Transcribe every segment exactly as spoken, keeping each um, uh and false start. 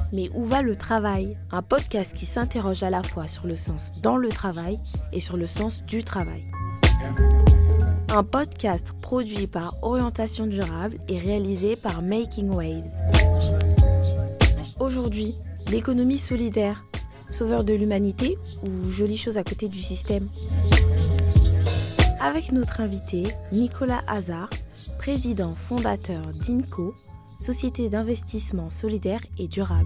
Mais où va le travail ? Un podcast qui s'interroge à la fois sur le sens dans le travail et sur le sens du travail. Un podcast produit par Orientation Durable et réalisé par Making Waves. Aujourd'hui, l'économie solidaire, sauveur de l'humanité ou jolie chose à côté du système ? Avec notre invité, Nicolas Hazard, président fondateur d'Inco, Société d'investissement solidaire et durable.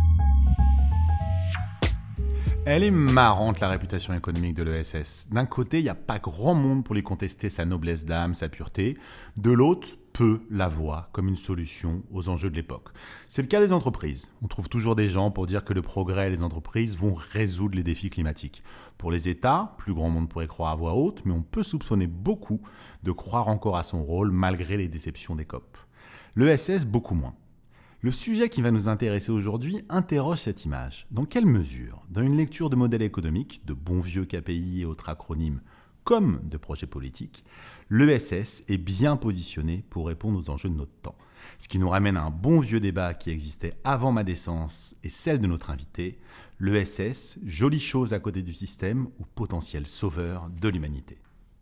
Elle est marrante, la réputation économique de l'E S S. D'un côté, il n'y a pas grand monde pour lui contester sa noblesse d'âme, sa pureté. De l'autre, peu la voient comme une solution aux enjeux de l'époque. C'est le cas des entreprises. On trouve toujours des gens pour dire que le progrès et les entreprises vont résoudre les défis climatiques. Pour les États, plus grand monde pourrait croire à voix haute, mais on peut soupçonner beaucoup de croire encore à son rôle malgré les déceptions des C O P. L'E S S, beaucoup moins. Le sujet qui va nous intéresser aujourd'hui interroge cette image. Dans quelle mesure, dans une lecture de modèles économiques, de bons vieux K P I et autres acronymes, comme de projets politiques, l'E S S est bien positionné pour répondre aux enjeux de notre temps. Ce qui nous ramène à un bon vieux débat qui existait avant ma naissance et celle de notre invité, l'E S S, jolie chose à côté du système ou potentiel sauveur de l'humanité.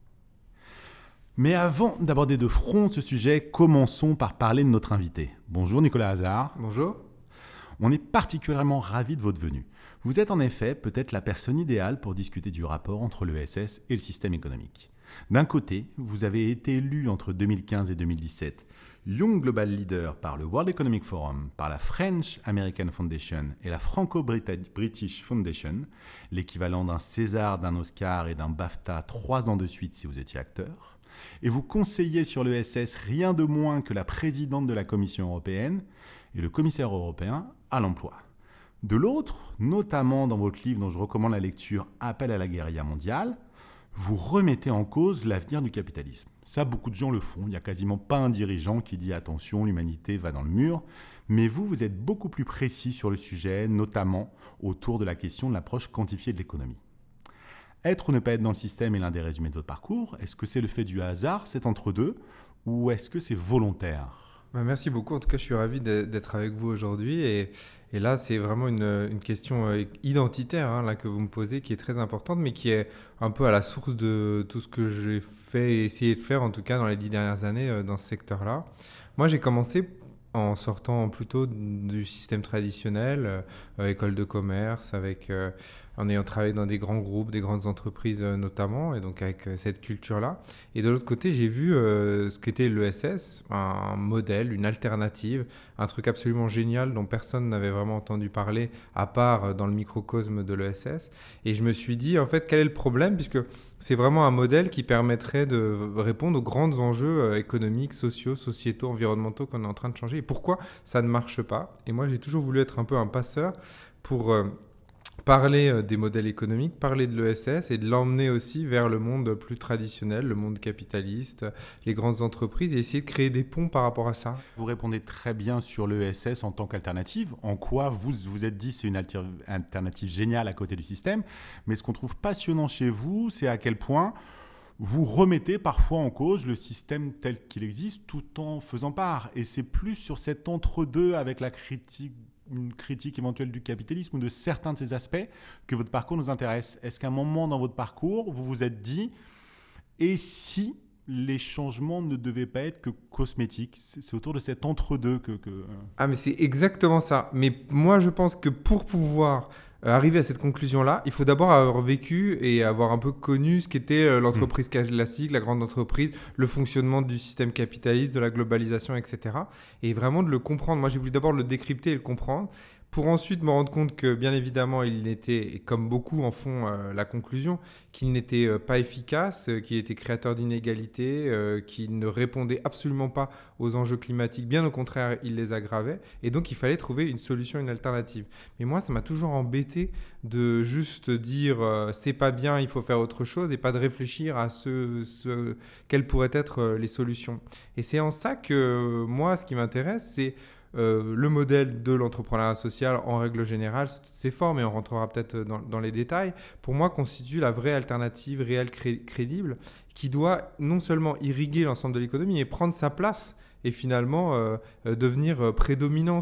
Mais avant d'aborder de front ce sujet, commençons par parler de notre invité. Bonjour Nicolas Hazard. Bonjour. On est particulièrement ravis de votre venue. Vous êtes en effet peut-être la personne idéale pour discuter du rapport entre l'E S S et le système économique. D'un côté, vous avez été élu entre deux mille quinze et deux mille dix-sept Young Global Leader par le World Economic Forum, par la French American Foundation et la Franco-British Foundation, l'équivalent d'un César, d'un Oscar et d'un BAFTA trois ans de suite si vous étiez acteur. Et vous conseillez sur l'E S S rien de moins que la présidente de la Commission européenne et le commissaire européen à l'emploi. De l'autre, notamment dans votre livre dont je recommande la lecture « Appel à la guérilla mondiale », vous remettez en cause l'avenir du capitalisme. Ça, beaucoup de gens le font. Il n'y a quasiment pas un dirigeant qui dit « attention, l'humanité va dans le mur ». Mais vous, vous êtes beaucoup plus précis sur le sujet, notamment autour de la question de l'approche quantifiée de l'économie. Être ou ne pas être dans le système est l'un des résumés de votre parcours. Est-ce que c'est le fait du hasard, c'est entre deux, ou est-ce que c'est volontaire ? Bah, merci beaucoup. En tout cas, je suis ravi d'être avec vous aujourd'hui. Et, et là, c'est vraiment une, une question identitaire hein, là, que vous me posez, qui est très importante, mais qui est un peu à la source de tout ce que j'ai fait et essayé de faire, en tout cas dans les dix dernières années, dans ce secteur-là. Moi, j'ai commencé en sortant plutôt du système traditionnel, euh, école de commerce, avec, euh, en ayant travaillé dans des grands groupes, des grandes entreprises euh, notamment, et donc avec euh, cette culture-là. Et de l'autre côté, j'ai vu euh, ce qu'était l'E S S, un modèle, une alternative, un truc absolument génial dont personne n'avait vraiment entendu parler, à part dans le microcosme de l'E S S. Et je me suis dit, en fait, quel est le problème, puisque c'est vraiment un modèle qui permettrait de répondre aux grands enjeux économiques, sociaux, sociétaux, environnementaux qu'on est en train de changer. Et pourquoi ça ne marche pas ? Et moi, j'ai toujours voulu être un peu un passeur pour euh, parler des modèles économiques, parler de l'E S S et de l'emmener aussi vers le monde plus traditionnel, le monde capitaliste, les grandes entreprises et essayer de créer des ponts par rapport à ça. Vous répondez très bien sur l'E S S en tant qu'alternative. En quoi vous vous êtes dit c'est une alter- alternative géniale à côté du système. Mais ce qu'on trouve passionnant chez vous, c'est à quel point vous remettez parfois en cause le système tel qu'il existe tout en faisant part. Et c'est plus sur cet entre-deux avec la critique, une critique éventuelle du capitalisme ou de certains de ces aspects que votre parcours nous intéresse. Est-ce qu'à un moment dans votre parcours, vous vous êtes dit « et si les changements ne devaient pas être que cosmétiques ?» C'est autour de cet entre-deux que... que... Ah mais c'est exactement ça. Mais moi je pense que pour pouvoir arriver à cette conclusion-là, il faut d'abord avoir vécu et avoir un peu connu ce qu'était l'entreprise classique, la grande entreprise, le fonctionnement du système capitaliste, de la globalisation, et cetera. Et vraiment de le comprendre. Moi, j'ai voulu d'abord le décrypter et le comprendre pour ensuite me rendre compte que, bien évidemment, il n'était, et comme beaucoup en font euh, la conclusion, qu'il n'était euh, pas efficace, euh, qu'il était créateur d'inégalités, euh, qu'il ne répondait absolument pas aux enjeux climatiques. Bien au contraire, il les aggravait. Et donc, il fallait trouver une solution, une alternative. Mais moi, ça m'a toujours embêté de juste dire euh, « c'est pas bien, il faut faire autre chose » et pas de réfléchir à ce, ce, quelles pourraient être euh, les solutions. Et c'est en ça que, euh, moi, ce qui m'intéresse, c'est Euh, le modèle de l'entrepreneuriat social en règle générale, sous toutes ses formes, et on rentrera peut-être dans, dans les détails, pour moi constitue la vraie alternative réelle, cré- crédible, qui doit non seulement irriguer l'ensemble de l'économie, mais prendre sa place et finalement euh, euh, devenir euh, prédominante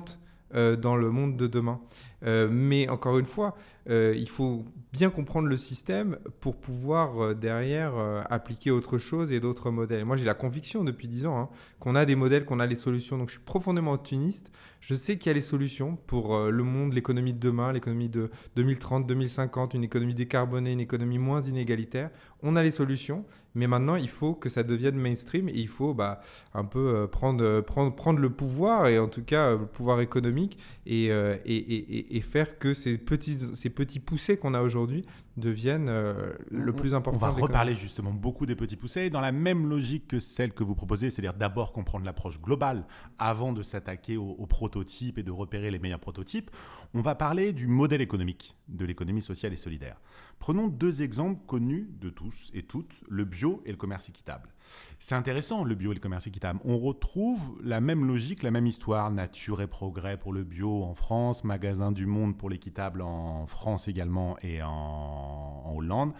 euh, dans le monde de demain. Euh, mais encore une fois, euh, il faut bien comprendre le système pour pouvoir euh, derrière euh, appliquer autre chose et d'autres modèles. Moi, j'ai la conviction depuis dix ans hein, qu'on a des modèles, qu'on a les solutions. Donc, je suis profondément optimiste. Je sais qu'il y a les solutions pour euh, le monde, l'économie de demain, l'économie de deux mille trente, deux mille cinquante, une économie décarbonée, une économie moins inégalitaire. On a les solutions, mais maintenant, il faut que ça devienne mainstream et il faut bah, un peu euh, prendre, prendre, prendre le pouvoir, et en tout cas, euh, le pouvoir économique, et, euh, et, et, et faire que ces petits, ces petits poussés qu'on a aujourd'hui deviennent euh, le plus important. On va reparler justement beaucoup des petits poussés dans la même logique que celle que vous proposez, c'est-à-dire d'abord comprendre l'approche globale avant de s'attaquer aux, aux prototypes et de repérer les meilleurs prototypes. On va parler du modèle économique de l'économie sociale et solidaire. Prenons deux exemples connus de tous et toutes, le bio et le commerce équitable. C'est intéressant, le bio et le commerce équitable. On retrouve la même logique, la même histoire. Nature et progrès pour le bio en France, Magasin du Monde pour l'équitable en France également et en, en Hollande.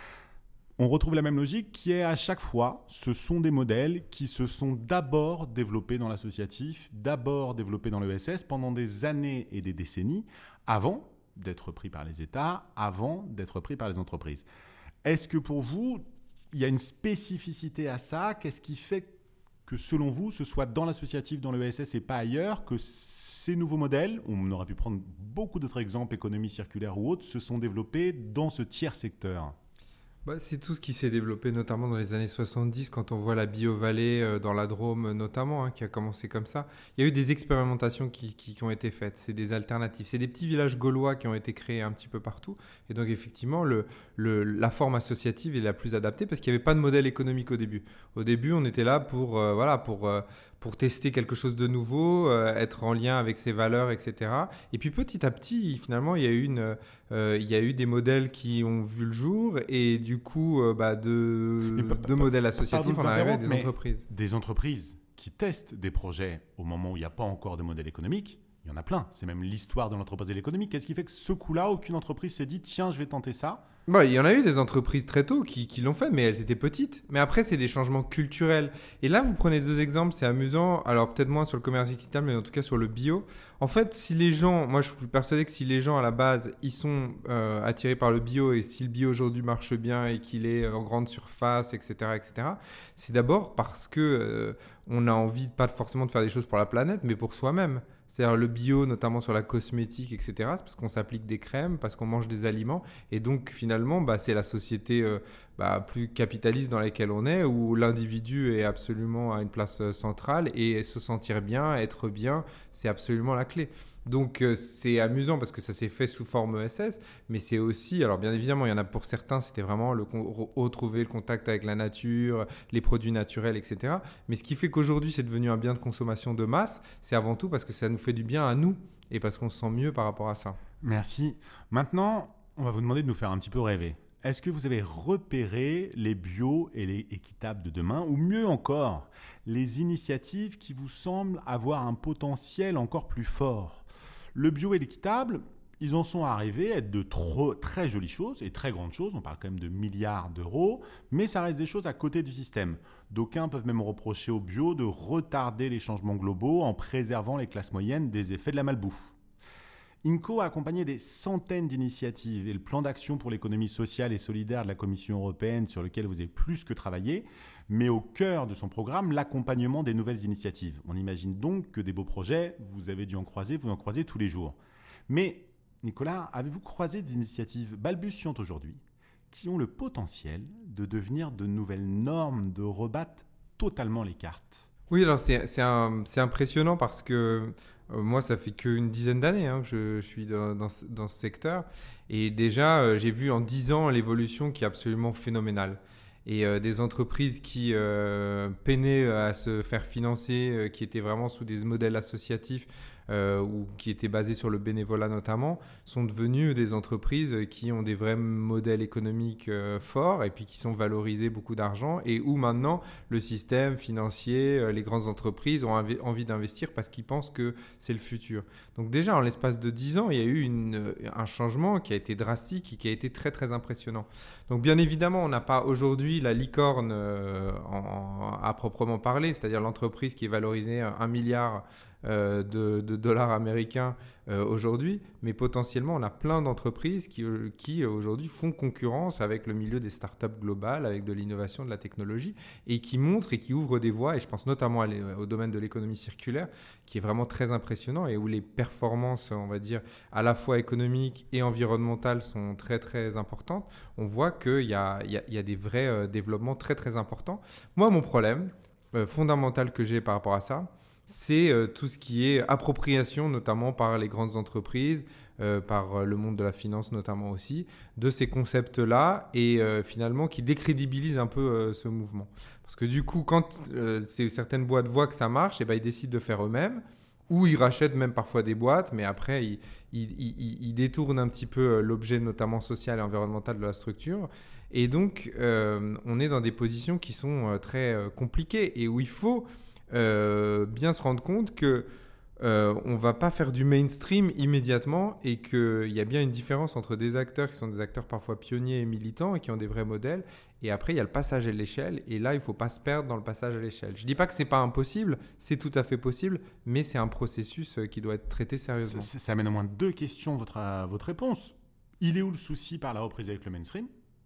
On retrouve la même logique qui est à chaque fois, ce sont des modèles qui se sont d'abord développés dans l'associatif, d'abord développés dans l'E S S pendant des années et des décennies avant d'être pris par les États, avant d'être pris par les entreprises. Est-ce que pour vous, il y a une spécificité à ça? Qu'est-ce qui fait que, selon vous, ce soit dans l'associatif, dans l'E S S et pas ailleurs, que ces nouveaux modèles, on aurait pu prendre beaucoup d'autres exemples, économie circulaire ou autres, se sont développés dans ce tiers secteur? Bah, c'est tout ce qui s'est développé notamment dans les années soixante-dix, quand on voit la Bio-Vallée euh, dans la Drôme notamment, hein, qui a commencé comme ça. Il y a eu des expérimentations qui, qui, qui ont été faites, c'est des alternatives. C'est des petits villages gaulois qui ont été créés un petit peu partout. Et donc effectivement, le, le, la forme associative est la plus adaptée parce qu'il n'y avait pas de modèle économique au début. Au début, on était là pour, euh, voilà, pour, euh, pour tester quelque chose de nouveau, euh, être en lien avec ses valeurs, et cetera. Et puis petit à petit, finalement, il y a eu, une, euh, il y a eu des modèles qui ont vu le jour, et du coup, euh, bah, de, pas, de modèles associatifs, on arrive à des mais entreprises. Des entreprises qui testent des projets au moment où il n'y a pas encore de modèle économique, il y en a plein. C'est même l'histoire de l'entreprise et l'économie. Qu'est-ce qui fait que ce coup-là, aucune entreprise s'est dit « Tiens, je vais tenter ça ». Bah, il y en a eu des entreprises très tôt qui, qui l'ont fait, mais elles étaient petites. Mais après, c'est des changements culturels. Et là, vous prenez deux exemples, c'est amusant. Alors, peut-être moins sur le commerce équitable, mais en tout cas sur le bio. En fait, si les gens, moi, je suis persuadé que si les gens, à la base, ils sont euh, attirés par le bio, et si le bio aujourd'hui marche bien et qu'il est en grande surface, et cetera, et cetera, c'est d'abord parce que euh, on a envie, pas forcément de faire des choses pour la planète, mais pour soi-même. C'est-à-dire le bio, notamment sur la cosmétique, et cetera. C'est parce qu'on s'applique des crèmes, parce qu'on mange des aliments. Et donc, finalement, bah, c'est la société euh, bah, plus capitaliste dans laquelle on est, où l'individu est absolument à une place centrale. Et se sentir bien, être bien, c'est absolument la clé. Donc, euh, c'est amusant parce que ça s'est fait sous forme E S S, mais c'est aussi, alors bien évidemment, il y en a pour certains, c'était vraiment le, retrouver le contact avec la nature, les produits naturels, et cetera. Mais ce qui fait qu'aujourd'hui, c'est devenu un bien de consommation de masse, c'est avant tout parce que ça nous fait du bien à nous et parce qu'on se sent mieux par rapport à ça. Merci. Maintenant, on va vous demander de nous faire un petit peu rêver. Est-ce que vous avez repéré les bio et les équitables de demain, ou mieux encore, les initiatives qui vous semblent avoir un potentiel encore plus fort ? Le bio et l'équitable, ils en sont arrivés à être de trop, très jolies choses et très grandes choses. On parle quand même de milliards d'euros, mais ça reste des choses à côté du système. D'aucuns peuvent même reprocher au bio de retarder les changements globaux en préservant les classes moyennes des effets de la malbouffe. INCO a accompagné des centaines d'initiatives, et le plan d'action pour l'économie sociale et solidaire de la Commission européenne, sur lequel vous avez plus que travaillé, met au cœur de son programme l'accompagnement des nouvelles initiatives. On imagine donc que des beaux projets, vous avez dû en croiser, vous en croisez tous les jours. Mais, Nicolas, avez-vous croisé des initiatives balbutiantes aujourd'hui qui ont le potentiel de devenir de nouvelles normes, de rebattre totalement les cartes ? Oui, alors c'est, c'est, un, c'est impressionnant parce que euh, moi, ça fait qu'une dizaine d'années hein, que je, je suis dans, dans, dans ce secteur. Et déjà, euh, j'ai vu en dix ans l'évolution qui est absolument phénoménale. Et euh, des entreprises qui euh, peinaient à se faire financer, euh, qui étaient vraiment sous des modèles associatifs euh, ou qui étaient basés sur le bénévolat notamment, sont devenues des entreprises qui ont des vrais modèles économiques euh, forts et puis qui sont valorisés beaucoup d'argent, et où maintenant le système financier, euh, les grandes entreprises ont inv- envie d'investir parce qu'ils pensent que c'est le futur. Donc déjà, en l'espace de dix ans, il y a eu une, un changement qui a été drastique et qui a été très très impressionnant. Donc bien évidemment, on n'a pas aujourd'hui la licorne euh, en, en, à proprement parler, c'est-à-dire l'entreprise qui est valorisée un milliard euh, de, de dollars américains euh, aujourd'hui, mais potentiellement, on a plein d'entreprises qui, euh, qui euh, aujourd'hui font concurrence avec le milieu des startups globales, avec de l'innovation, de la technologie, et qui montrent et qui ouvrent des voies, et je pense notamment à au domaine de l'économie circulaire, qui est vraiment très impressionnant et où les performances, on va dire, à la fois économiques et environnementales sont très, très importantes. On voit qu'il y a, il y a, il y a des vrais euh, développements très, très importants. Moi, mon problème euh, fondamental que j'ai par rapport à ça, c'est euh, tout ce qui est appropriation, notamment par les grandes entreprises, euh, par le monde de la finance notamment aussi, de ces concepts-là et euh, finalement qui décrédibilisent un peu euh, ce mouvement. Parce que du coup, quand euh, certaines boîtes voient que ça marche, et ben, ils décident de faire eux-mêmes, ou ils rachètent même parfois des boîtes, mais après, ils, ils, ils, ils détournent un petit peu l'objet notamment social et environnemental de la structure. Et donc, euh, on est dans des positions qui sont euh, très euh, compliquées et où il faut euh, bien se rendre compte que euh, on ne va pas faire du mainstream immédiatement et qu'il y a bien une différence entre des acteurs qui sont des acteurs parfois pionniers et militants et qui ont des vrais modèles. Et après, il y a le passage à l'échelle. Et là, il ne faut pas se perdre dans le passage à l'échelle. Je ne dis pas que ce n'est pas impossible, c'est tout à fait possible, mais c'est un processus qui doit être traité sérieusement. Ça, ça amène au moins deux questions, votre, à votre réponse. Il est où le souci par la reprise avec le mainstream ?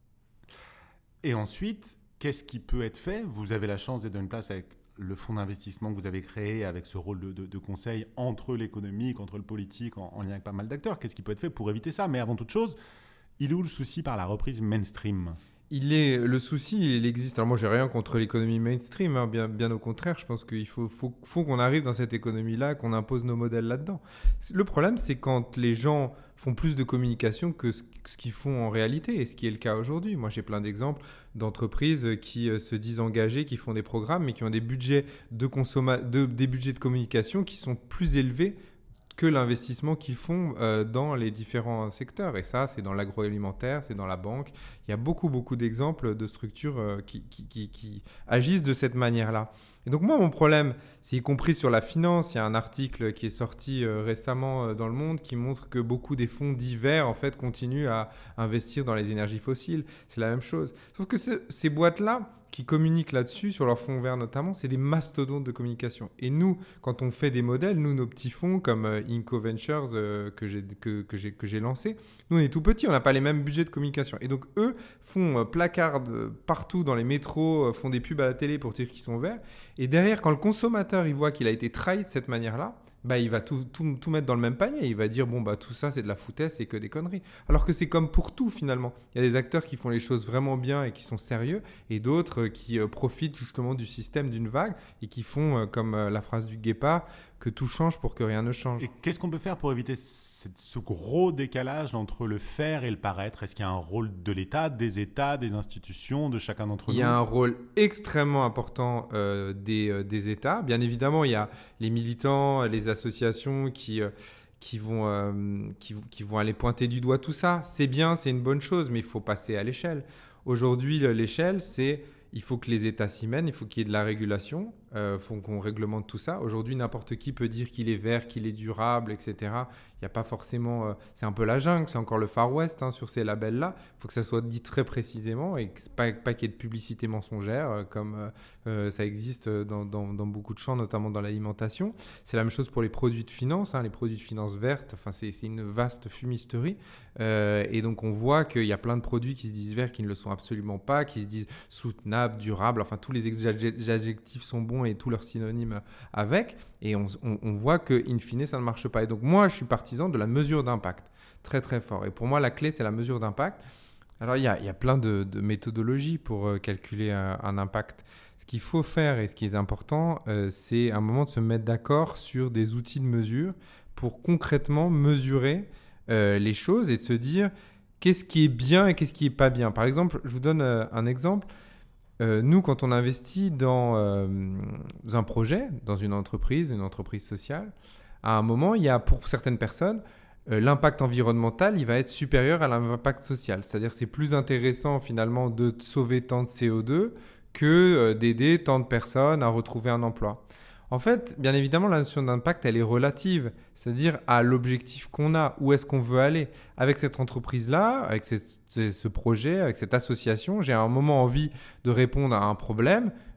Et ensuite, qu'est-ce qui peut être fait ? Vous avez la chance d'être dans une place avec le fonds d'investissement que vous avez créé, avec ce rôle de, de, de conseil entre l'économique, entre le politique, en, en lien avec pas mal d'acteurs. Qu'est-ce qui peut être fait pour éviter ça ? Mais avant toute chose, il est où le souci par la reprise mainstream ? Il est, le souci, il existe. Alors moi, j'ai rien contre l'économie mainstream, hein, bien, bien au contraire. Je pense qu'il faut, faut, faut qu'on arrive dans cette économie-là, qu'on impose nos modèles là-dedans. Le problème, c'est quand les gens font plus de communication que ce, ce qu'ils font en réalité, et ce qui est le cas aujourd'hui. Moi, j'ai plein d'exemples d'entreprises qui euh, se disent engagées, qui font des programmes, mais qui ont des budgets de, consomma- de, des budgets de communication qui sont plus élevés que l'investissement qu'ils font euh, dans les différents secteurs. Et ça, c'est dans l'agroalimentaire, c'est dans la banque. Il y a beaucoup, beaucoup d'exemples de structures euh, qui, qui, qui, qui agissent de cette manière-là. Et donc moi, mon problème, c'est y compris sur la finance. Il y a un article qui est sorti euh, récemment euh, dans Le Monde qui montre que beaucoup des fonds divers, en fait, continuent à investir dans les énergies fossiles. C'est la même chose. Sauf que ce, ces boîtes-là, qui communiquent là-dessus, sur leurs fonds verts notamment, c'est des mastodontes de communication. Et nous, quand on fait des modèles, nous, nos petits fonds comme euh, Inco Ventures euh, que, j'ai, que, que, j'ai, que j'ai lancé, nous, on est tout petits, on n'a pas les mêmes budgets de communication. Et donc, eux font euh, placardent euh, partout dans les métros, euh, font des pubs à la télé pour dire qu'ils sont verts. Et derrière, quand le consommateur il voit qu'il a été trahi de cette manière-là, bah, il va tout, tout, tout mettre dans le même panier. Il va dire, bon, bah, tout ça, c'est de la foutaise, c'est que des conneries. Alors que c'est comme pour tout, finalement. Il y a des acteurs qui font les choses vraiment bien et qui sont sérieux, et d'autres qui euh, profitent justement du système d'une vague et qui font, euh, comme euh, la phrase du guépard, que tout change pour que rien ne change. Et qu'est-ce qu'on peut faire pour éviter cette, ce gros décalage entre le faire et le paraître ? Est-ce qu'il y a un rôle de l'État, des États, des institutions, de chacun d'entre nous ? Il y a un rôle extrêmement important euh, des, euh, des États. Bien évidemment, il y a les militants, les associations qui... Euh, Qui vont, euh, qui, qui vont aller pointer du doigt tout ça. C'est bien, c'est une bonne chose, mais il faut passer à l'échelle. Aujourd'hui, l'échelle, c'est il faut que les États s'y mènent, il faut qu'il y ait de la régulation, il euh, faut qu'on réglemente tout ça. Aujourd'hui, n'importe qui peut dire qu'il est vert, qu'il est durable, et cetera. Il n'y a pas forcément... Euh, c'est un peu la jungle, c'est encore le Far West hein, sur ces labels-là. Il faut que ça soit dit très précisément et pas, pas qu'il y ait de publicité mensongère euh, comme euh, ça existe dans, dans, dans beaucoup de champs, notamment dans l'alimentation. C'est la même chose pour les produits de finance, hein, les produits de finance vertes. Enfin, c'est, c'est une vaste fumisterie. Euh, et donc, on voit qu'il y a plein de produits qui se disent verts, qui ne le sont absolument pas, qui se disent soutenables, durables. Enfin, tous les adjectifs sont bons et tous leurs synonymes avec. Et on, on, on voit qu'in fine, ça ne marche pas. Et donc, moi, je suis partisan de la mesure d'impact. Très, très fort. Et pour moi, la clé, c'est la mesure d'impact. Alors, il y a, il y a plein de, de méthodologies pour euh, calculer un, un impact. Ce qu'il faut faire et ce qui est important, euh, c'est à un moment de se mettre d'accord sur des outils de mesure pour concrètement mesurer euh, les choses et de se dire qu'est-ce qui est bien et qu'est-ce qui n'est pas bien. Par exemple, je vous donne euh, un exemple. Euh, nous, quand on investit dans, euh, dans un projet, dans une entreprise, une entreprise sociale, à un moment, il y a pour certaines personnes, euh, l'impact environnemental, il va être supérieur à l'impact social. C'est-à-dire que c'est plus intéressant finalement de sauver tant de C O deux que euh, d'aider tant de personnes à retrouver un emploi. En fait, bien évidemment, la notion d'impact, elle est relative, c'est-à-dire à l'objectif qu'on a, où est-ce qu'on veut aller. Avec cette entreprise-là, avec ce, ce projet, avec cette association, j'ai à un moment envie de répondre à un problème.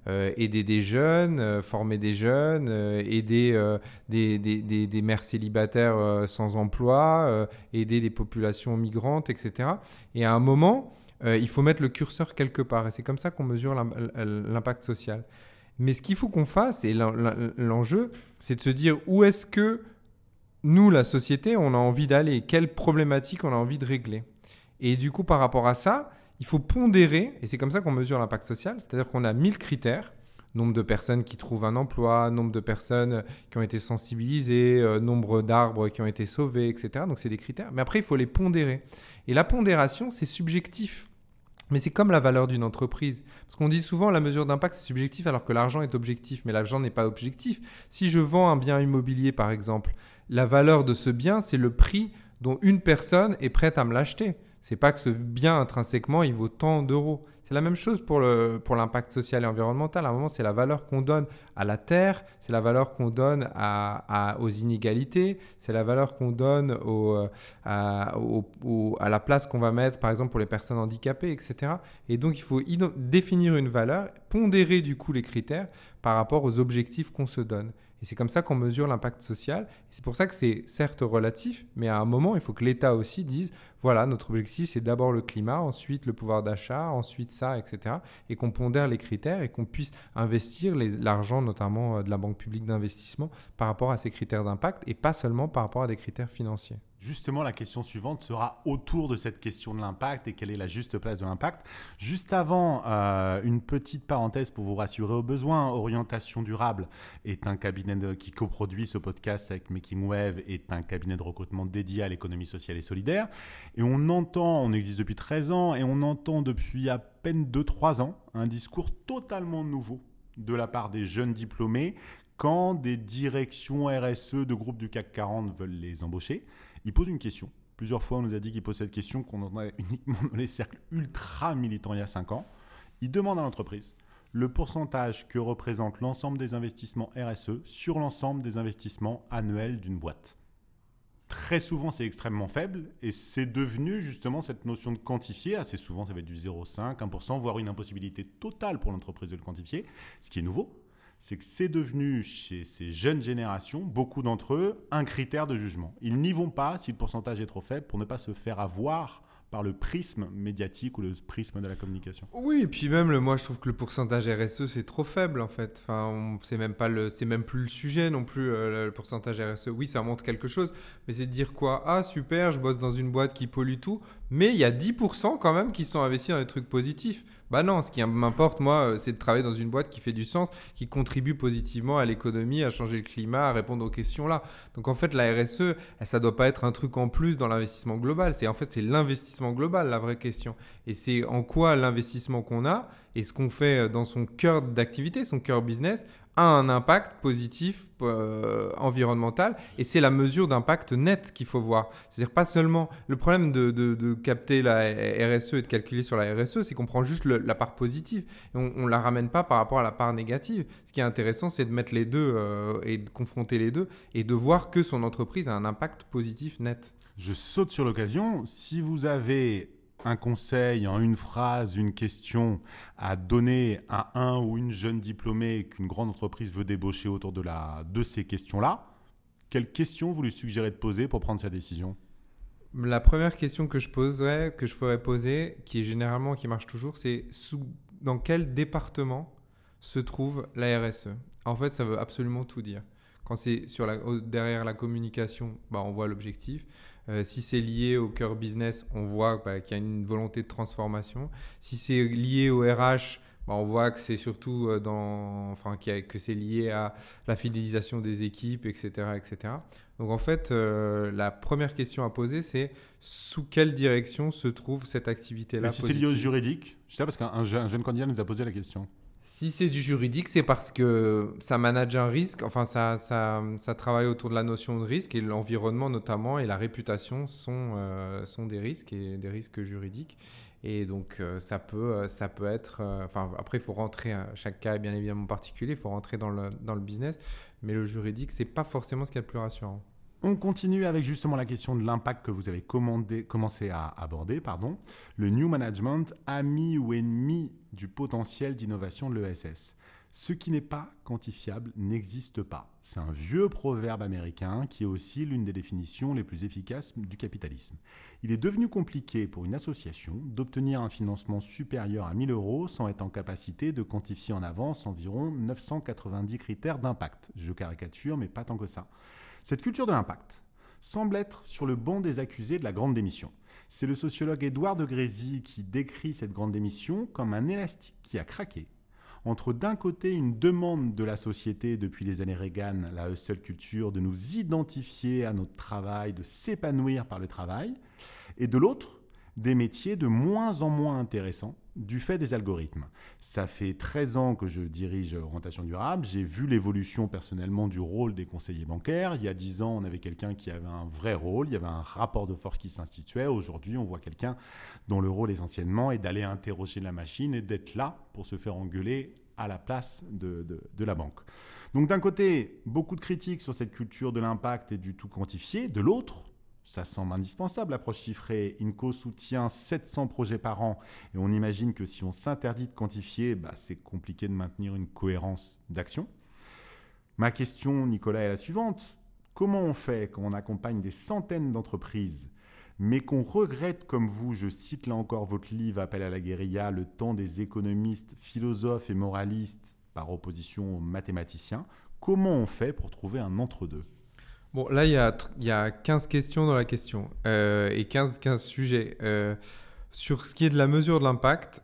euh, aider des jeunes, euh, former des jeunes, euh, aider euh, des, des, des, des mères célibataires euh, sans emploi, euh, aider des populations migrantes, et cetera. Et à un moment, euh, il faut mettre le curseur quelque part. Et c'est comme ça qu'on mesure l'impact social. Mais ce qu'il faut qu'on fasse, et l'enjeu, c'est de se dire où est-ce que nous, la société, on a envie d'aller, quelles problématiques on a envie de régler. Et du coup, par rapport à ça, il faut pondérer, et c'est comme ça qu'on mesure l'impact social, c'est-à-dire qu'on a mille critères, nombre de personnes qui trouvent un emploi, nombre de personnes qui ont été sensibilisées, euh, nombre d'arbres qui ont été sauvés, et cetera. Donc, c'est des critères. Mais après, il faut les pondérer. Et la pondération, c'est subjectif. Mais c'est comme la valeur d'une entreprise. Parce qu'on dit souvent la mesure d'impact, c'est subjectif alors que l'argent est objectif. Mais l'argent n'est pas objectif. Si je vends un bien immobilier, par exemple, la valeur de ce bien, c'est le prix dont une personne est prête à me l'acheter. Ce n'est pas que ce bien intrinsèquement, il vaut tant d'euros. C'est la même chose pour, le, pour l'impact social et environnemental. À un moment, c'est la valeur qu'on donne à la terre, c'est la valeur qu'on donne à, à, aux inégalités, c'est la valeur qu'on donne au, à, au, au, à la place qu'on va mettre, par exemple, pour les personnes handicapées, et cetera. Et donc, il faut ident- définir une valeur, pondérer du coup les critères par rapport aux objectifs qu'on se donne. Et c'est comme ça qu'on mesure l'impact social. Et c'est pour ça que c'est certes relatif, mais à un moment, il faut que l'État aussi dise, voilà, notre objectif, c'est d'abord le climat, ensuite le pouvoir d'achat, ensuite ça, et cetera. Et qu'on pondère les critères et qu'on puisse investir les, l'argent, notamment de la Banque publique d'investissement, par rapport à ces critères d'impact et pas seulement par rapport à des critères financiers. Justement, la question suivante sera autour de cette question de l'impact et quelle est la juste place de l'impact. Juste avant, euh, une petite parenthèse pour vous rassurer au besoin. Orientation Durable est un cabinet de, qui coproduit ce podcast avec Making Wave, est un cabinet de recrutement dédié à l'économie sociale et solidaire. Et on entend, on existe depuis treize ans, et on entend depuis à peine deux trois ans un discours totalement nouveau de la part des jeunes diplômés quand des directions R S E de groupes du C A C quarante veulent les embaucher. Ils posent une question. Plusieurs fois, on nous a dit qu'ils posent cette question qu'on entendait uniquement dans les cercles ultra militants il y a cinq ans. Ils demandent à l'entreprise le pourcentage que représente l'ensemble des investissements R S E sur l'ensemble des investissements annuels d'une boîte. Très souvent, c'est extrêmement faible et c'est devenu justement cette notion de quantifier. Assez souvent, ça va être du zéro virgule cinq, un pour cent, voire une impossibilité totale pour l'entreprise de le quantifier. Ce qui est nouveau, c'est que c'est devenu chez ces jeunes générations, beaucoup d'entre eux, un critère de jugement. Ils n'y vont pas si le pourcentage est trop faible pour ne pas se faire avoir par le prisme médiatique ou le prisme de la communication. Oui, et puis même, le, moi, je trouve que le pourcentage R S E, c'est trop faible, en fait. Enfin, on, c'est même pas le, c'est même plus le sujet non plus, euh, le pourcentage R S E. Oui, ça montre quelque chose, mais c'est de dire quoi ? Ah, super, je bosse dans une boîte qui pollue tout, mais il y a dix pour cent quand même qui sont investis dans des trucs positifs. Bah non, ce qui m'importe, moi, c'est de travailler dans une boîte qui fait du sens, qui contribue positivement à l'économie, à changer le climat, à répondre aux questions là. Donc en fait, la R S E, ça doit pas être un truc en plus dans l'investissement global. C'est en fait, c'est l'investissement global, la vraie question. Et c'est en quoi l'investissement qu'on a et ce qu'on fait dans son cœur d'activité, son cœur business, a un impact positif euh, environnemental, et c'est la mesure d'impact net qu'il faut voir. C'est-à-dire pas seulement le problème de, de, de capter la R S E et de calculer sur la R S E, c'est qu'on prend juste le, la part positive et on ne la ramène pas par rapport à la part négative. Ce qui est intéressant, c'est de mettre les deux euh, et de confronter les deux et de voir que son entreprise a un impact positif net. Je saute sur l'occasion. Si vous avez un conseil en une phrase, une question à donner à un ou une jeune diplômée qu'une grande entreprise veut débaucher autour de, la, de ces questions-là, quelles questions vous lui suggérez de poser pour prendre sa décision ? La première question que je poserais, que je ferais poser, qui est généralement, qui marche toujours, c'est sous, dans quel département se trouve la R S E ? En fait, ça veut absolument tout dire. Quand c'est sur la, derrière la communication, bah, on voit l'objectif. Euh, si c'est lié au cœur business, on voit bah, qu'il y a une volonté de transformation. Si c'est lié au R H, bah, on voit que c'est surtout dans, enfin, qu'il y a, que c'est lié à la fidélisation des équipes, et cetera, et cetera. Donc en fait, euh, la première question à poser, c'est sous quelle direction se trouve cette activité-là ? Mais si positive. C'est lié au juridique, je sais parce qu'un jeune, un jeune candidat nous a posé la question. Si c'est du juridique, c'est parce que ça manage un risque, enfin ça, ça, ça travaille autour de la notion de risque, et l'environnement notamment et la réputation sont, euh, sont des risques et des risques juridiques. Et donc euh, ça, peut, ça peut être, euh, enfin après il faut rentrer, chaque cas est bien évidemment particulier, il faut rentrer dans le, dans le business, mais le juridique c'est pas forcément ce qui est le plus rassurant. On continue avec justement la question de l'impact que vous avez commandé, commencé à aborder. Pardon. Le New Management, ami ou ennemi du potentiel d'innovation de l'E S S. Ce qui n'est pas quantifiable n'existe pas. C'est un vieux proverbe américain qui est aussi l'une des définitions les plus efficaces du capitalisme. Il est devenu compliqué pour une association d'obtenir un financement supérieur à mille euros sans être en capacité de quantifier en avance environ neuf cent quatre-vingt-dix critères d'impact. Je caricature, mais pas tant que ça. Cette culture de l'impact semble être sur le banc des accusés de la grande démission. C'est le sociologue Édouard de Grézy qui décrit cette grande démission comme un élastique qui a craqué entre d'un côté une demande de la société depuis les années Reagan, la hustle culture, de nous identifier à notre travail, de s'épanouir par le travail, et de l'autre, des métiers de moins en moins intéressants du fait des algorithmes. Ça fait treize ans que je dirige Orientation Durable, j'ai vu l'évolution personnellement du rôle des conseillers bancaires. Il y a dix ans, on avait quelqu'un qui avait un vrai rôle, il y avait un rapport de force qui s'instituait. Aujourd'hui, on voit quelqu'un dont le rôle essentiellement est d'aller interroger la machine et d'être là pour se faire engueuler à la place de, de, de la banque. Donc d'un côté, beaucoup de critiques sur cette culture de l'impact et du tout quantifié. De l'autre, ça semble indispensable, l'approche chiffrée. INCO soutient sept cents projets par an et on imagine que si on s'interdit de quantifier, bah, c'est compliqué de maintenir une cohérence d'action. Ma question, Nicolas, est la suivante. Comment on fait quand on accompagne des centaines d'entreprises mais qu'on regrette comme vous, je cite là encore votre livre « Appel à la guérilla », le temps des économistes, philosophes et moralistes par opposition aux mathématiciens. Comment on fait pour trouver un entre-deux ? Bon, là, il y a, il y a quinze questions dans la question euh, et quinze, quinze sujets. Euh, sur ce qui est de la mesure de l'impact,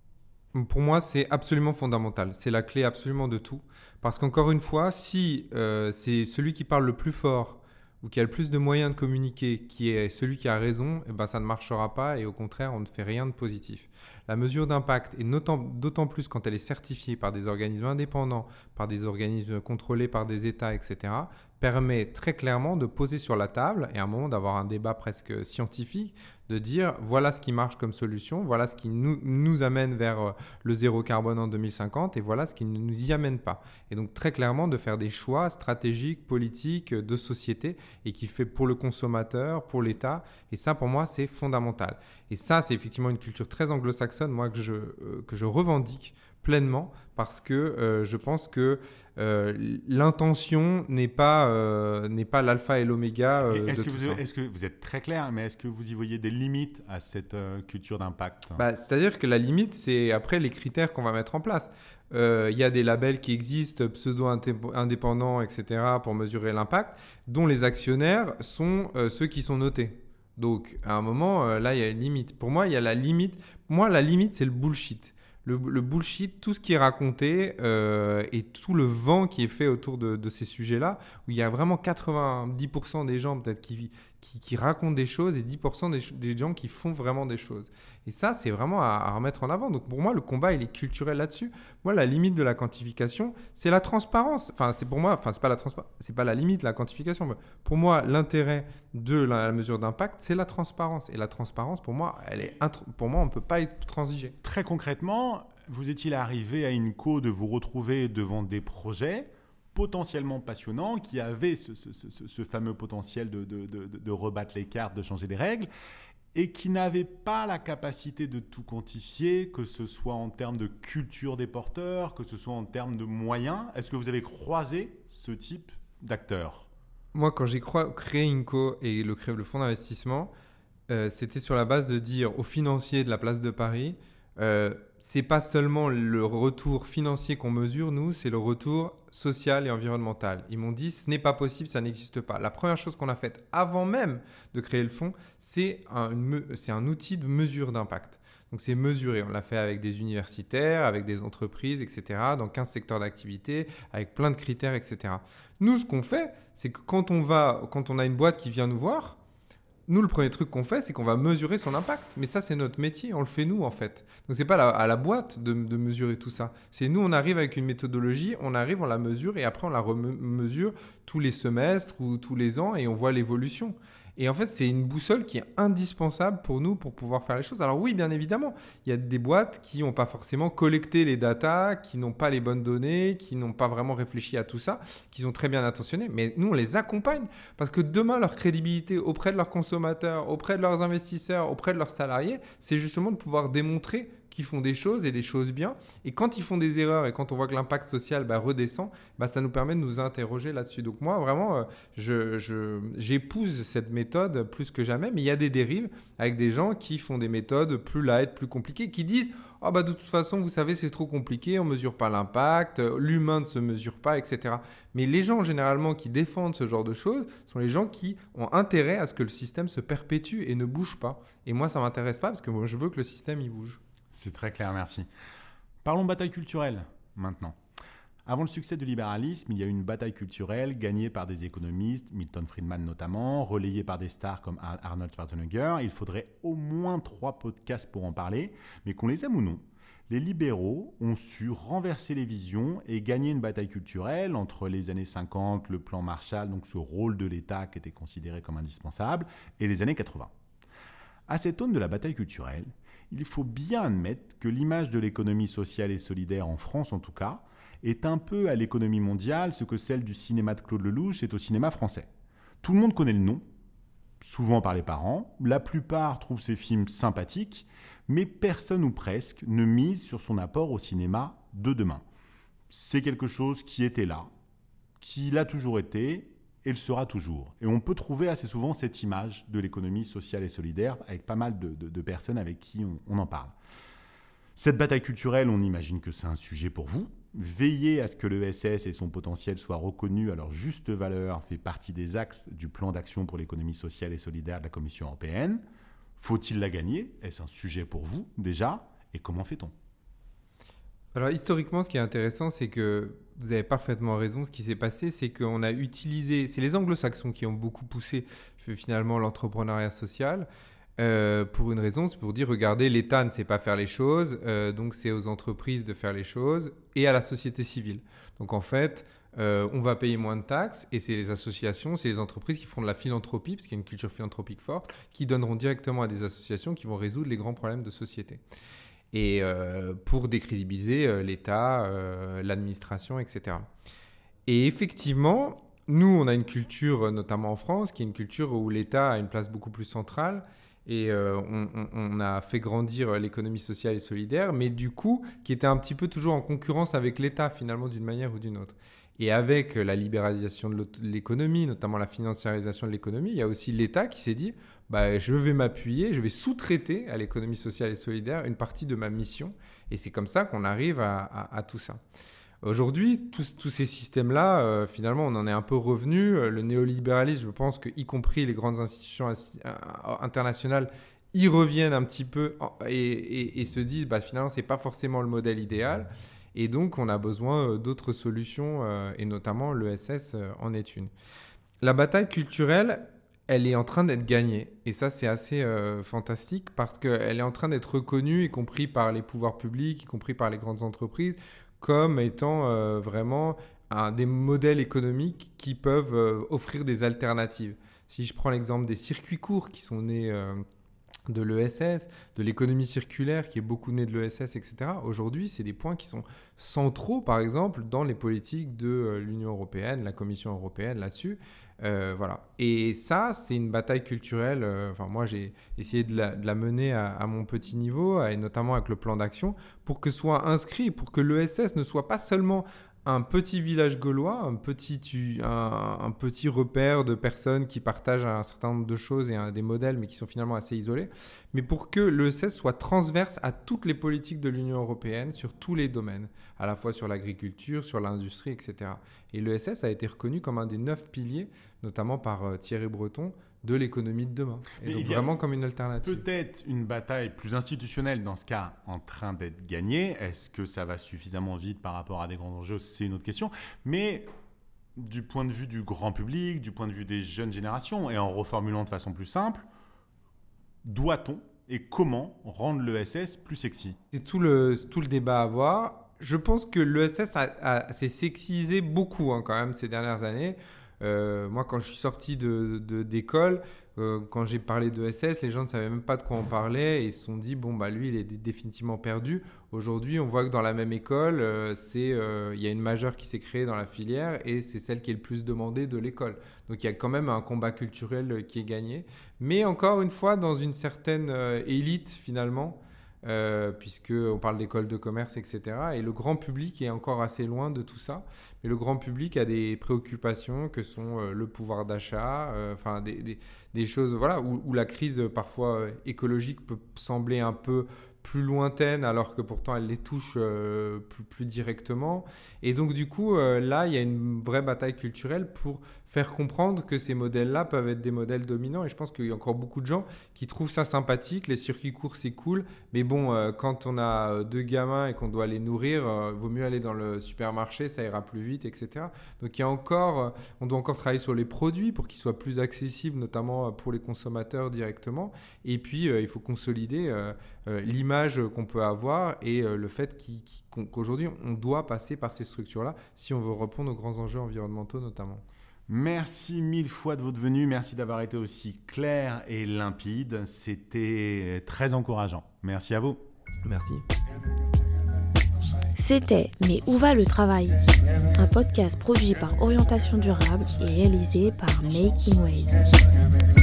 pour moi, c'est absolument fondamental. C'est la clé absolument de tout. Parce qu'encore une fois, si euh, c'est celui qui parle le plus fort ou qui a le plus de moyens de communiquer, qui est celui qui a raison, eh ben ça ne marchera pas et au contraire, on ne fait rien de positif. La mesure d'impact, et d'autant plus quand elle est certifiée par des organismes indépendants, par des organismes contrôlés par des États, et cetera, permet très clairement de poser sur la table et à un moment d'avoir un débat presque scientifique, de dire voilà ce qui marche comme solution, voilà ce qui nous, nous amène vers le zéro carbone en deux mille cinquante et voilà ce qui ne nous y amène pas. Et donc très clairement de faire des choix stratégiques, politiques, de société et qui fait pour le consommateur, pour l'État. Et ça pour moi c'est fondamental. Et ça c'est effectivement une culture très anglo-saxonne, moi que je, euh, que je revendique pleinement parce que euh, je pense que euh, l'intention n'est pas, euh, n'est pas l'alpha et l'oméga euh, est-ce de que tout vous, ça. Est-ce que vous êtes très clair, mais est-ce que vous y voyez des limites à cette euh, culture d'impact ? Bah, c'est-à-dire que la limite, c'est après les critères qu'on va mettre en place. Il euh, y a des labels qui existent, pseudo-indépendants, et cetera, pour mesurer l'impact, dont les actionnaires sont euh, ceux qui sont notés. Donc, à un moment, euh, là, il y a une limite. Pour moi, il y a la limite. Pour moi, la limite, c'est le bullshit. Le, le bullshit, tout ce qui est raconté euh, et tout le vent qui est fait autour de, de ces sujets-là, où il y a vraiment quatre-vingt-dix pour cent des gens peut-être qui, qui, qui racontent des choses et dix pour cent des, des gens qui font vraiment des choses. Et ça, c'est vraiment à, à remettre en avant. Donc pour moi, le combat, il est culturel là-dessus. Moi, la limite de la quantification, c'est la transparence. Enfin, c'est pour moi, enfin, c'est pas la transpa- c'est pas la limite, la quantification. Mais pour moi, l'intérêt de la, la mesure d'impact, c'est la transparence. Et la transparence, pour moi, elle est intr- pour moi, on ne peut pas être transigé. Très concrètement, vous est-il arrivé à INCO de vous retrouver devant des projets potentiellement passionnants qui avaient ce, ce, ce, ce fameux potentiel de, de, de, de rebattre les cartes, de changer des règles et qui n'avaient pas la capacité de tout quantifier, que ce soit en termes de culture des porteurs, que ce soit en termes de moyens. Est-ce que vous avez croisé ce type d'acteurs ? Moi, quand j'ai créé INCO et le, le fonds d'investissement, euh, c'était sur la base de dire aux financiers de la place de Paris, euh, c'est pas seulement le retour financier qu'on mesure, nous, c'est le retour social et environnemental. Ils m'ont dit, ce n'est pas possible, ça n'existe pas. La première chose qu'on a faite avant même de créer le fonds, c'est un, une, c'est un outil de mesure d'impact. Donc, c'est mesuré. On l'a fait avec des universitaires, avec des entreprises, et cetera, dans quinze secteurs d'activité, avec plein de critères, et cetera. Nous, ce qu'on fait, c'est que quand on va, quand on a une boîte qui vient nous voir, nous, le premier truc qu'on fait, c'est qu'on va mesurer son impact. Mais ça, c'est notre métier. On le fait nous, en fait. Donc, ce n'est pas la, à la boîte de, de mesurer tout ça. C'est nous, on arrive avec une méthodologie, on arrive, on la mesure et après, on la remesure tous les semestres ou tous les ans et on voit l'évolution. Et en fait, c'est une boussole qui est indispensable pour nous pour pouvoir faire les choses. Alors oui, bien évidemment, il y a des boîtes qui n'ont pas forcément collecté les datas, qui n'ont pas les bonnes données, qui n'ont pas vraiment réfléchi à tout ça, qui sont très bien intentionnés. Mais nous, on les accompagne parce que demain, leur crédibilité auprès de leurs consommateurs, auprès de leurs investisseurs, auprès de leurs salariés, c'est justement de pouvoir démontrer qu'ils font des choses et des choses bien. Et quand ils font des erreurs et quand on voit que l'impact social bah, redescend, bah, ça nous permet de nous interroger là-dessus. Donc moi, vraiment, euh, je, je, j'épouse cette méthode plus que jamais. Mais il y a des dérives avec des gens qui font des méthodes plus light, plus compliquées, qui disent « Oh, bah, de toute façon, vous savez, c'est trop compliqué, on ne mesure pas l'impact, l'humain ne se mesure pas, et cetera » Mais les gens, généralement, qui défendent ce genre de choses sont les gens qui ont intérêt à ce que le système se perpétue et ne bouge pas. Et moi, ça ne m'intéresse pas parce que moi, je veux que le système y bouge. C'est très clair, merci. Parlons bataille culturelle, maintenant. Avant le succès du libéralisme, il y a eu une bataille culturelle gagnée par des économistes, Milton Friedman notamment, relayée par des stars comme Arnold Schwarzenegger. Il faudrait au moins trois podcasts pour en parler, mais qu'on les aime ou non, les libéraux ont su renverser les visions et gagner une bataille culturelle entre les années cinquante, le plan Marshall, donc ce rôle de l'État qui était considéré comme indispensable, et les années quatre-vingts. À cette aune de la bataille culturelle, il faut bien admettre que l'image de l'économie sociale et solidaire, en France en tout cas, est un peu à l'économie mondiale ce que celle du cinéma de Claude Lelouch est au cinéma français. Tout le monde connaît le nom, souvent par les parents, la plupart trouvent ces films sympathiques, mais personne ou presque ne mise sur son apport au cinéma de demain. C'est quelque chose qui était là, qui l'a toujours été et le sera toujours. Et on peut trouver assez souvent cette image de l'économie sociale et solidaire avec pas mal de, de, de personnes avec qui on, on en parle. Cette bataille culturelle, on imagine que c'est un sujet pour vous. Veiller à ce que l'E S S et son potentiel soient reconnus à leur juste valeur fait partie des axes du plan d'action pour l'économie sociale et solidaire de la Commission européenne. Faut-il la gagner ? Est-ce un sujet pour vous déjà ? Et comment fait-on ? Alors historiquement, ce qui est intéressant, c'est que vous avez parfaitement raison. Ce qui s'est passé, c'est qu'on a utilisé, c'est les anglo-saxons qui ont beaucoup poussé finalement l'entrepreneuriat social. Euh, pour une raison, c'est pour dire, regardez, l'État ne sait pas faire les choses, euh, donc c'est aux entreprises de faire les choses et à la société civile. Donc en fait, euh, on va payer moins de taxes et c'est les associations, c'est les entreprises qui font de la philanthropie, parce qu'il y a une culture philanthropique forte, qui donneront directement à des associations qui vont résoudre les grands problèmes de société. Et euh, pour décrédibiliser euh, l'État, euh, l'administration, et cetera. Et effectivement, nous, on a une culture, notamment en France, qui est une culture où l'État a une place beaucoup plus centrale. Et euh, on, on, on a fait grandir l'économie sociale et solidaire, mais du coup, qui était un petit peu toujours en concurrence avec l'État, finalement, d'une manière ou d'une autre. Et avec la libéralisation de l'économie, notamment la financiarisation de l'économie, il y a aussi l'État qui s'est dit bah, « je vais m'appuyer, je vais sous-traiter à l'économie sociale et solidaire une partie de ma mission ». Et c'est comme ça qu'on arrive à, à, à tout ça. Aujourd'hui, tous, tous ces systèmes-là, euh, finalement, on en est un peu revenu. Le néolibéralisme, je pense qu'y compris les grandes institutions internationales y reviennent un petit peu et, et, et se disent bah, finalement, ce n'est pas forcément le modèle idéal. Et donc, on a besoin d'autres solutions, euh, et notamment l'E S S euh, en est une. La bataille culturelle, elle est en train d'être gagnée. Et ça, c'est assez euh, fantastique parce qu'elle est en train d'être reconnue, y compris par les pouvoirs publics, y compris par les grandes entreprises, comme étant euh, vraiment un, des modèles économiques qui peuvent euh, offrir des alternatives. Si je prends l'exemple des circuits courts qui sont nés euh, de l'E S S, de l'économie circulaire qui est beaucoup née de l'E S S, et cetera. Aujourd'hui, c'est des points qui sont centraux, par exemple, dans les politiques de euh, l'Union européenne, la Commission européenne là-dessus. Euh, voilà. Et ça, c'est une bataille culturelle. Euh, enfin, moi, j'ai essayé de la, de la mener à, à mon petit niveau, et notamment avec le plan d'action, pour que soit inscrit, pour que l'E S S ne soit pas seulement un petit village gaulois, un petit, un, un petit repère de personnes qui partagent un certain nombre de choses et un, des modèles, mais qui sont finalement assez isolés, mais pour que l'E S S soit transverse à toutes les politiques de l'Union européenne, sur tous les domaines, à la fois sur l'agriculture, sur l'industrie, et cetera. Et l'E S S a été reconnu comme un des neuf piliers, notamment par euh, Thierry Breton, de l'économie de demain. Et, et donc vraiment comme une alternative. Peut-être une bataille plus institutionnelle dans ce cas en train d'être gagnée. Est-ce que ça va suffisamment vite par rapport à des grands enjeux ? C'est une autre question. Mais du point de vue du grand public, du point de vue des jeunes générations, et en reformulant de façon plus simple, doit-on et comment rendre l'E S S plus sexy ? C'est tout le, tout le débat à avoir. Je pense que l'E S S a, a, s'est sexisé beaucoup hein, quand même ces dernières années. Euh, moi, quand je suis sorti de, de, d'école, euh, quand j'ai parlé d'E S S, les gens ne savaient même pas de quoi on parlait et ils se sont dit, bon, bah, lui, il est d- définitivement perdu. Aujourd'hui, on voit que dans la même école, euh, c'est, euh, y a une majeure qui s'est créée dans la filière et c'est celle qui est le plus demandée de l'école. Donc, il y a quand même un combat culturel qui est gagné. Mais encore une fois, dans une certaine euh, élite, finalement, euh, puisqu'on parle d'école de commerce, et cetera. Et le grand public est encore assez loin de tout ça. Mais le grand public a des préoccupations que sont euh, le pouvoir d'achat, euh, enfin des, des, des choses voilà, où, où la crise parfois euh, écologique peut sembler un peu plus lointaine alors que pourtant elle les touche euh, plus, plus directement. Et donc du coup, euh, là, il y a une vraie bataille culturelle pour faire comprendre que ces modèles-là peuvent être des modèles dominants. Et je pense qu'il y a encore beaucoup de gens qui trouvent ça sympathique. Les circuits courts, c'est cool. Mais bon, euh, quand on a deux gamins et qu'on doit les nourrir, euh, vaut mieux aller dans le supermarché, ça ira plus vite, et cetera. Donc il y a encore, euh, on doit encore travailler sur les produits pour qu'ils soient plus accessibles, notamment pour les consommateurs directement. Et puis, euh, il faut consolider euh, euh, l'image qu'on peut avoir et euh, le fait qu'il, qu'il, qu'aujourd'hui, on doit passer par ces structures-là si on veut répondre aux grands enjeux environnementaux notamment. Merci mille fois de votre venue. Merci d'avoir été aussi clair et limpide. C'était très encourageant. Merci à vous. Merci. C'était Mais où va le travail ? Un podcast produit par Orientation Durable et réalisé par Making Waves.